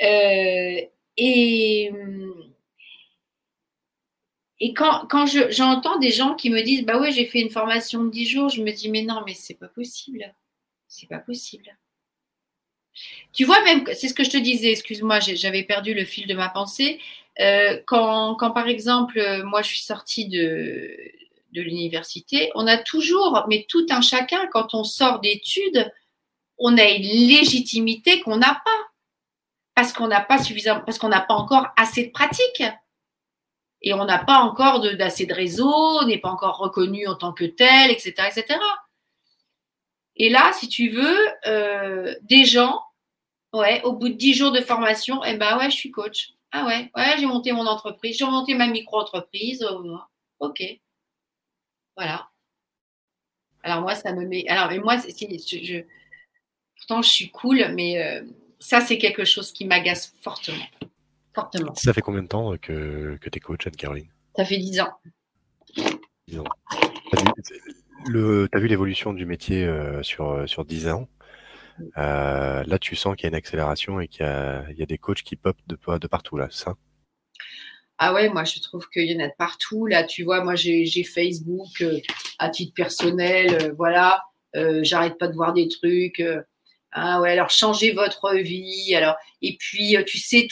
Et quand j'entends des gens qui me disent, ouais, j'ai fait une formation de 10 jours, je me dis, mais non, mais c'est pas possible. C'est pas possible. Tu vois, même, c'est ce que je te disais, excuse-moi, j'avais perdu le fil de ma pensée. Quand par exemple, moi, je suis sortie de l'université, on a toujours, mais tout un chacun, quand on sort d'études, on a une légitimité qu'on n'a pas. Parce qu'on n'a pas encore assez de pratique. Et on n'a pas encore d'assez de réseau, on n'est pas encore reconnu en tant que tel, etc., etc. Et là, si tu veux, des gens, ouais, au bout de 10 jours de formation, ouais, je suis coach. Ah ouais, j'ai monté mon entreprise, j'ai monté ma micro-entreprise. Ok. Voilà. Alors moi, ça me met. Alors, mais moi, pourtant, je suis cool, mais ça, c'est quelque chose qui m'agace fortement. Fortement. Ça fait combien de temps que tu es coach, Anne-Caroline? Ça fait 10 ans. 10 ans. T'as vu l'évolution du métier sur 10 ans. Là, tu sens qu'il y a une accélération et qu'il y a des coachs qui pop de partout, là, c'est ça? Ah ouais, moi, je trouve qu'il y en a de partout. Là, tu vois, moi, j'ai Facebook à titre personnel. Voilà, j'arrête pas de voir des trucs. Ah ouais, alors changez votre vie. Alors, et puis, tu sais,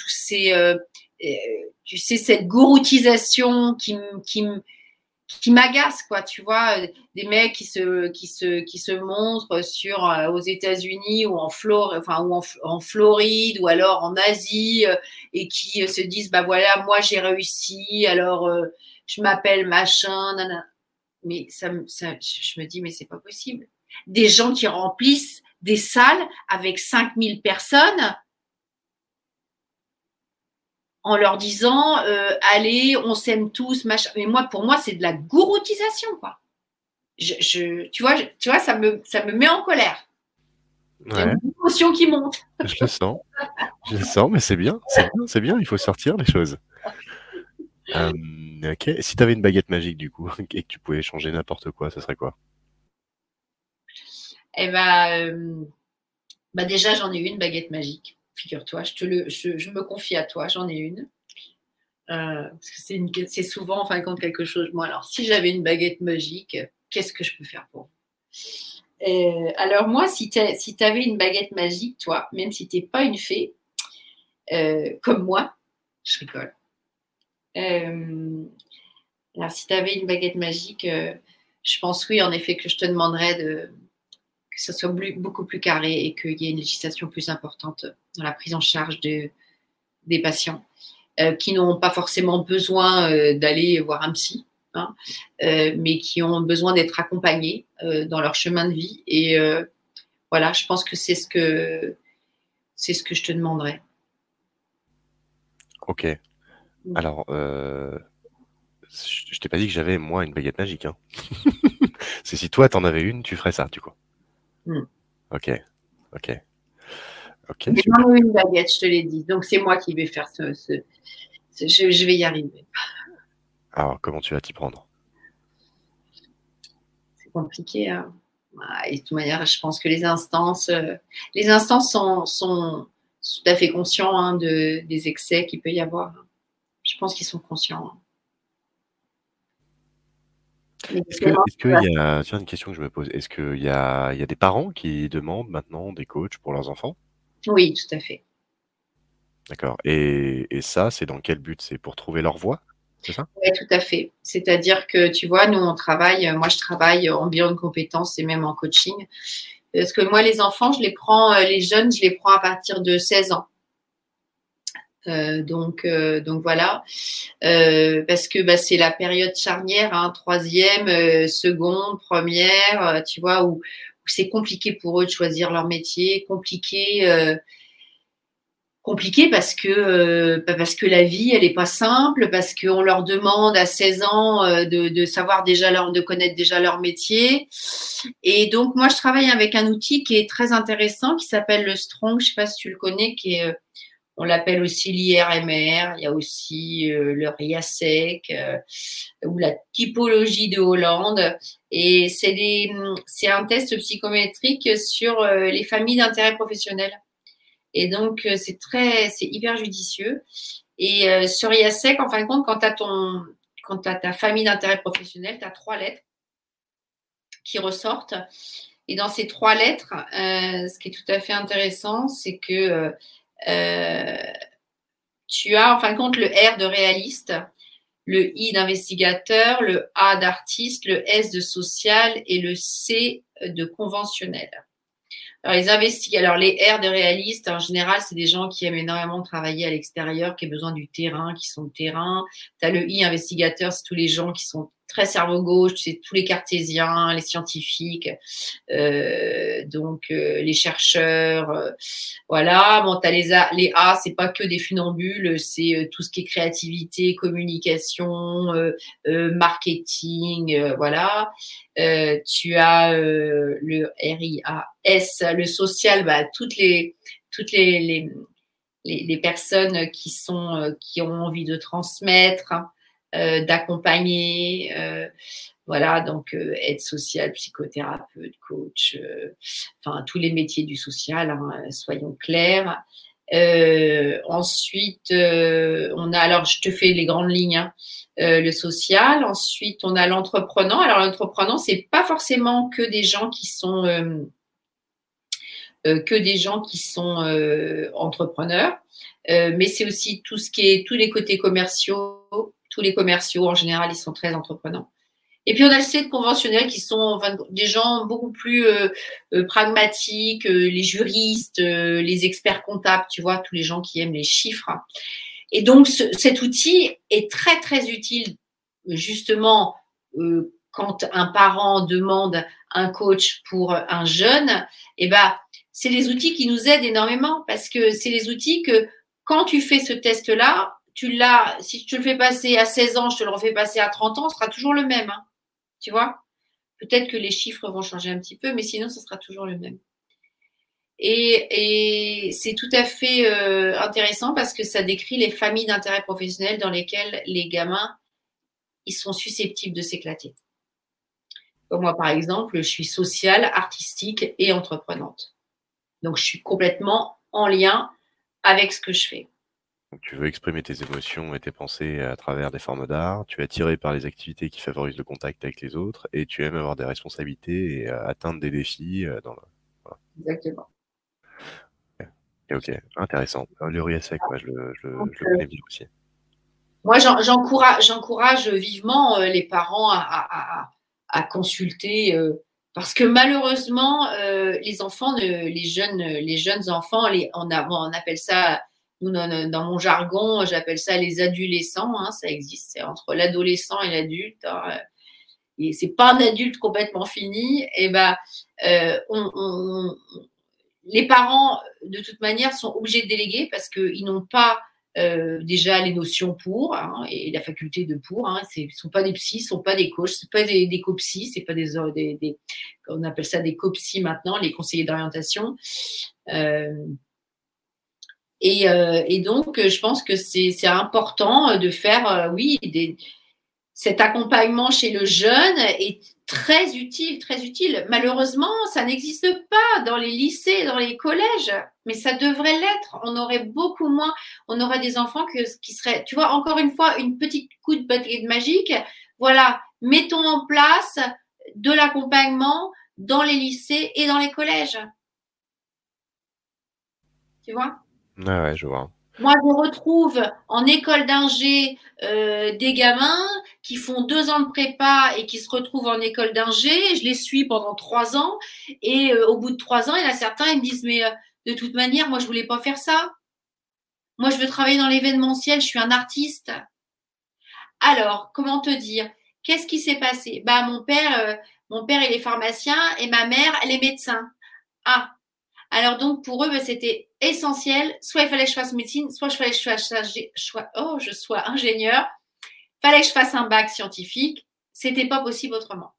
tu sais, cette gouroutisation qui m'agace, quoi, tu vois, des mecs qui se montrent aux États-Unis ou en Floride ou alors en Asie et qui se disent, bah voilà, moi j'ai réussi, alors je m'appelle machin, nanana. Mais je me dis, mais c'est pas possible. Des gens qui remplissent des salles avec 5000 personnes en leur disant allez, on s'aime tous, machin. Mais pour moi, c'est de la gouroutisation, quoi. Tu vois, ça me met en colère. Il y a une émotion qui monte. Je le sens, mais c'est bien, il faut sortir les choses. Ok, si tu avais une baguette magique du coup et que tu pouvais changer n'importe quoi, ça serait quoi? Eh ben, déjà j'en ai une baguette magique. Figure-toi, je me confie à toi, j'en ai une. Parce que c'est souvent en fin de compte quelque chose. Moi, alors si j'avais une baguette magique, qu'est-ce que je peux faire pour vous? Alors moi, si tu avais une baguette magique, toi, même si tu n'es pas une fée, comme moi, je rigole. Alors si tu avais une baguette magique, je pense oui, en effet, que je te demanderais que ce soit beaucoup plus carré et qu'il y ait une législation plus importante dans la prise en charge des patients qui n'ont pas forcément besoin d'aller voir un psy, hein, mais qui ont besoin d'être accompagnés dans leur chemin de vie. Et voilà, je pense que c'est ce que je te demanderais. Ok. Alors, je t'ai pas dit que j'avais, moi, une baguette magique. Hein. C'est si toi, t'en avais une, tu ferais ça, du coup. Ok. Mais j'en ai une baguette, je te l'ai dit. Donc, c'est moi qui vais faire je vais y arriver. Alors, comment tu vas t'y prendre? C'est compliqué, hein. Et de toute manière, je pense que les instances sont tout à fait conscients hein, des excès qu'il peut y avoir. Je pense qu'ils sont conscients. Est-ce qu'il y a, tiens, une question que je me pose, est-ce qu'il y a des parents qui demandent maintenant des coachs pour leurs enfants? Oui, tout à fait. D'accord. Et ça, c'est dans quel but? C'est pour trouver leur voie? C'est ça? Oui, tout à fait. C'est-à-dire que, tu vois, moi je travaille en bilan de compétences et même en coaching. Parce que moi, les enfants, les jeunes, je les prends à partir de 16 ans. Donc voilà, parce que c'est la période charnière, hein, troisième, seconde, première, tu vois, où c'est compliqué pour eux de choisir leur métier, compliqué parce que la vie elle est pas simple, parce qu'on leur demande à 16 ans de savoir de connaître déjà leur métier. Et donc moi je travaille avec un outil qui est très intéressant qui s'appelle le Strong, je sais pas si tu le connais, on l'appelle aussi l'IRMR, il y a aussi le RIASEC ou la typologie de Hollande. Et c'est un test psychométrique sur les familles d'intérêt professionnel. Et donc, c'est hyper judicieux. Et sur IASEC, en fin de compte, quand tu as ta famille d'intérêt professionnel, tu as 3 lettres qui ressortent. Et dans ces 3 lettres, ce qui est tout à fait intéressant, c'est que tu as en fin de compte le R de réaliste, le I d'investigateur, le A d'artiste, le S de social et le C de conventionnel. Alors les R de réaliste, en général, c'est des gens qui aiment énormément travailler à l'extérieur, qui ont besoin du terrain, qui sont de terrain. Tu as le I investigateur, c'est tous les gens qui sont très cerveau gauche, c'est tous les cartésiens, les scientifiques, les chercheurs, voilà. Bon, t'as les A, c'est pas que des funambules, c'est tout ce qui est créativité, communication, marketing, voilà. Tu as le RIAS, le social, toutes les personnes qui ont envie de transmettre, d'accompagner, voilà, donc aide sociale, psychothérapeute, coach, enfin tous les métiers du social, hein, soyons clairs. Ensuite, alors je te fais les grandes lignes, hein, le social. Ensuite, on a l'entreprenant. Alors l'entreprenant, c'est pas forcément que des gens qui sont que des gens qui sont entrepreneurs, mais c'est aussi tous les côtés commerciaux. Tous les commerciaux, en général, ils sont très entreprenants. Et puis, on a le CED conventionnel qui sont des gens beaucoup plus pragmatiques, les juristes, les experts comptables, tu vois, tous les gens qui aiment les chiffres. Et donc, cet outil est très, très utile, justement, quand un parent demande un coach pour un jeune, c'est les outils qui nous aident énormément parce que c'est les outils que, quand tu fais ce test-là, si tu le fais passer à 16 ans, je te le refais passer à 30 ans, ce sera toujours le même. Hein, tu vois ? Peut-être que les chiffres vont changer un petit peu, mais sinon, ce sera toujours le même. Et c'est tout à fait intéressant parce que ça décrit les familles d'intérêt professionnel dans lesquelles les gamins, ils sont susceptibles de s'éclater. Comme moi, par exemple, je suis sociale, artistique et entreprenante. Donc, je suis complètement en lien avec ce que je fais. Donc, tu veux exprimer tes émotions et tes pensées à travers des formes d'art, tu es attiré par les activités qui favorisent le contact avec les autres et tu aimes avoir des responsabilités et atteindre des défis Voilà. Exactement. Ok, intéressant. Le Riesec, moi, je le connais bien aussi. Moi, j'encourage vivement les parents à consulter parce que malheureusement, les enfants, les jeunes enfants, on appelle ça, nous, dans mon jargon, j'appelle ça les adolescents. Hein, ça existe, c'est entre l'adolescent et l'adulte. Hein, et c'est pas un adulte complètement fini. Et les parents, de toute manière, sont obligés de déléguer parce qu'ils n'ont pas déjà les notions pour et la faculté de pour. Ce ne sont pas des psys, ce ne sont pas des coachs, ce ne sont pas des copsys, c'est pas on appelle ça des copsys maintenant, les conseillers d'orientation. Et donc, je pense que c'est important de faire, cet accompagnement chez le jeune est très utile, très utile. Malheureusement, ça n'existe pas dans les lycées, dans les collèges, mais ça devrait l'être. On aurait beaucoup moins, on aurait des enfants qui seraient, tu vois, encore une fois, une petite coup de baguette magique. Voilà, mettons en place de l'accompagnement dans les lycées et dans les collèges. Tu vois ? Ouais, je vois. Moi, je retrouve en école d'ingé des gamins qui font 2 ans de prépa et qui se retrouvent en école d'ingé. Je les suis pendant 3 ans et au bout de 3 ans, il y en a certains, ils me disent mais de toute manière, moi, je voulais pas faire ça. Moi, je veux travailler dans l'événementiel, je suis un artiste. Alors, comment te dire ? Qu'est-ce qui s'est passé ? Mon père, il est pharmacien et ma mère, elle est médecin. Ah, alors donc pour eux, c'était essentiel. Soit il fallait que je fasse médecine, soit il fallait que je sois ingénieur. Il fallait que je fasse un bac scientifique. C'était pas possible autrement.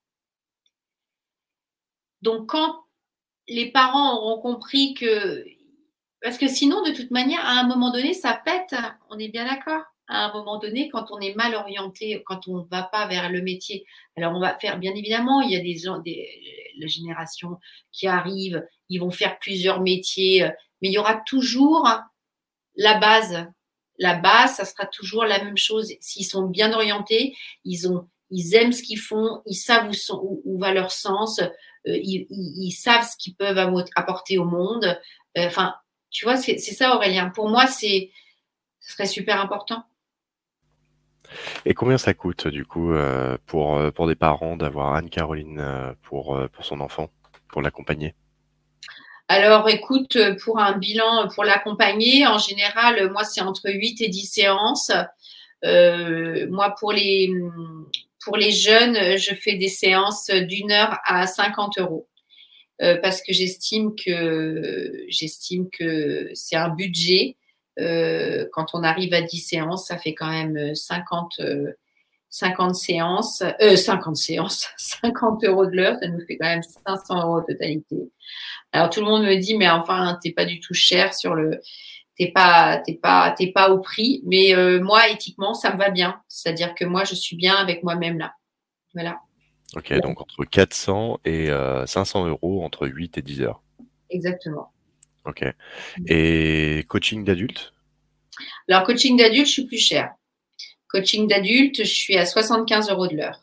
Donc quand les parents auront compris que, parce que sinon de toute manière, à un moment donné, ça pète. On est bien d'accord. À un moment donné, quand on est mal orienté, quand on ne va pas vers le métier, alors on va faire, bien évidemment, il y a des gens, la génération qui arrive, ils vont faire plusieurs métiers, mais il y aura toujours la base. La base, ça sera toujours la même chose. S'ils sont bien orientés, ils aiment ce qu'ils font, ils savent où va leur sens, ils savent ce qu'ils peuvent apporter au monde. Enfin, tu vois, c'est ça, Aurélien. Pour moi, ce serait super important. Et combien ça coûte du coup pour des parents d'avoir Anne-Caroline pour son enfant, pour l'accompagner? Alors, écoute, pour un bilan, pour l'accompagner, en général, moi, c'est entre 8 et 10 séances. Moi, pour les jeunes, je fais des séances d'1 heure à 50 € parce que j'estime que c'est un budget. Quand on arrive à 10 séances, ça fait quand même 50 séances, 50 € de l'heure, ça nous fait quand même 500 € de totalité. Alors tout le monde me dit, mais enfin, t'es pas du tout cher t'es pas au prix, mais moi, éthiquement, ça me va bien. C'est-à-dire que moi, je suis bien avec moi-même là. Voilà. Ok, donc entre 400 et 500 € entre 8 et 10 heures. Exactement. Ok. Et coaching d'adulte? Alors, coaching d'adulte, je suis plus cher. Coaching d'adulte, je suis à 75 € de l'heure.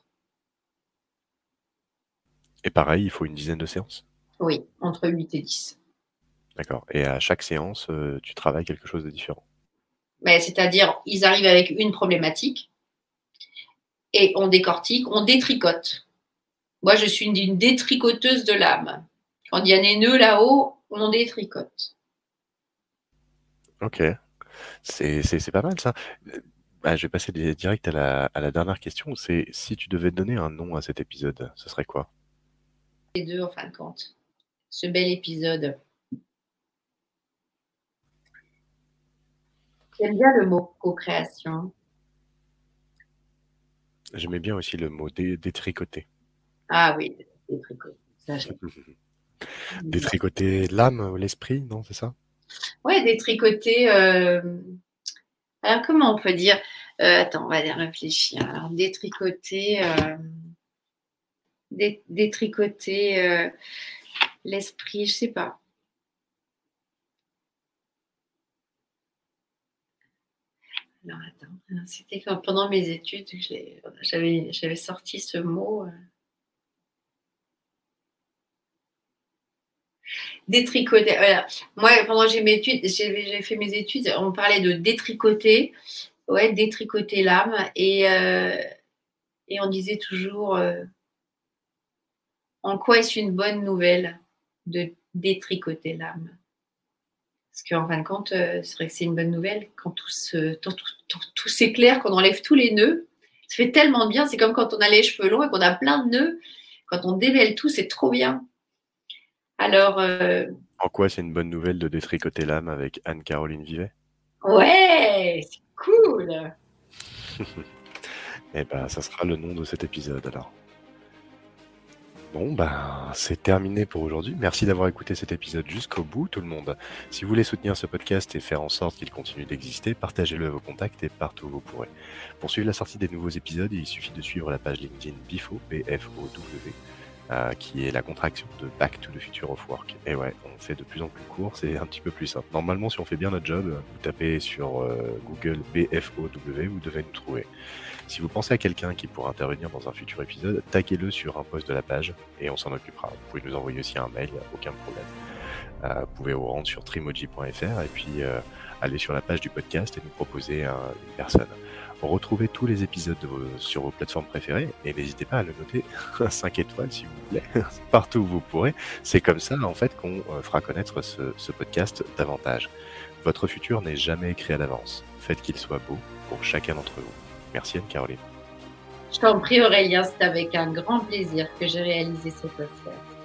Et pareil, il faut une dizaine de séances? Oui, entre 8 et 10. D'accord. Et à chaque séance, tu travailles quelque chose de différent? Mais c'est-à-dire, ils arrivent avec une problématique et on décortique, on détricote. Moi, je suis une détricoteuse de l'âme. Quand il y a des nœuds là-haut, on détricote. OK. C'est pas mal ça. Je vais passer direct à la dernière question. C'est si tu devais donner un nom à cet épisode, ce serait quoi? Les deux, en fin de compte. Ce bel épisode. J'aime bien le mot co-création. J'aimais bien aussi le mot détricoter. Ah oui, détricoter. Ça, j'aime. Détricoter l'âme ou l'esprit, non, c'est ça? Ouais, détricoter. Alors, comment on peut dire attends, on va réfléchir. Alors, détricoter. Détricoter l'esprit, je sais pas. Alors, attends, c'était pendant mes études que j'avais sorti ce mot. Détricoter. Voilà. Moi, pendant j'ai fait mes études, on parlait de détricoter. Ouais, détricoter l'âme. Et on disait toujours en quoi est-ce une bonne nouvelle de détricoter l'âme? Parce qu'en fin de compte, c'est vrai que c'est une bonne nouvelle quand tout s'éclaire, qu'on enlève tous les nœuds. Ça fait tellement bien. C'est comme quand on a les cheveux longs et qu'on a plein de nœuds. Quand on démêle tout, c'est trop bien. Alors, En quoi c'est une bonne nouvelle de détricoter l'âme avec Anne-Caroline Vivet? ouais, c'est cool. Eh ben, ça sera le nom de cet épisode alors. Bon, c'est terminé pour aujourd'hui. Merci d'avoir écouté cet épisode jusqu'au bout, tout le monde. Si vous voulez soutenir ce podcast et faire en sorte qu'il continue d'exister, partagez-le à vos contacts et partout où vous pourrez. Pour suivre la sortie des nouveaux épisodes, il suffit de suivre la page LinkedIn BIFO, B-F-O-W, qui est la contraction de Back to the Future of Work. Et ouais, on fait de plus en plus court, c'est un petit peu plus simple. Normalement, si on fait bien notre job, vous tapez sur Google BFOW, vous devez nous trouver. Si vous pensez à quelqu'un qui pourra intervenir dans un futur épisode, taguez-le sur un post de la page et on s'en occupera. Vous pouvez nous envoyer aussi un mail, aucun problème. Vous pouvez vous rendre sur trimoji.fr et puis aller sur la page du podcast et nous proposer une personne. Retrouvez tous les épisodes sur vos plateformes préférées et n'hésitez pas à le noter 5 étoiles si vous voulez, partout où vous pourrez. C'est comme ça en fait qu'on fera connaître ce podcast davantage. Votre futur n'est jamais écrit à l'avance. Faites qu'il soit beau pour chacun d'entre vous. Merci Anne-Caroline. Je t'en prie Aurélien, c'est avec un grand plaisir que j'ai réalisé ce podcast.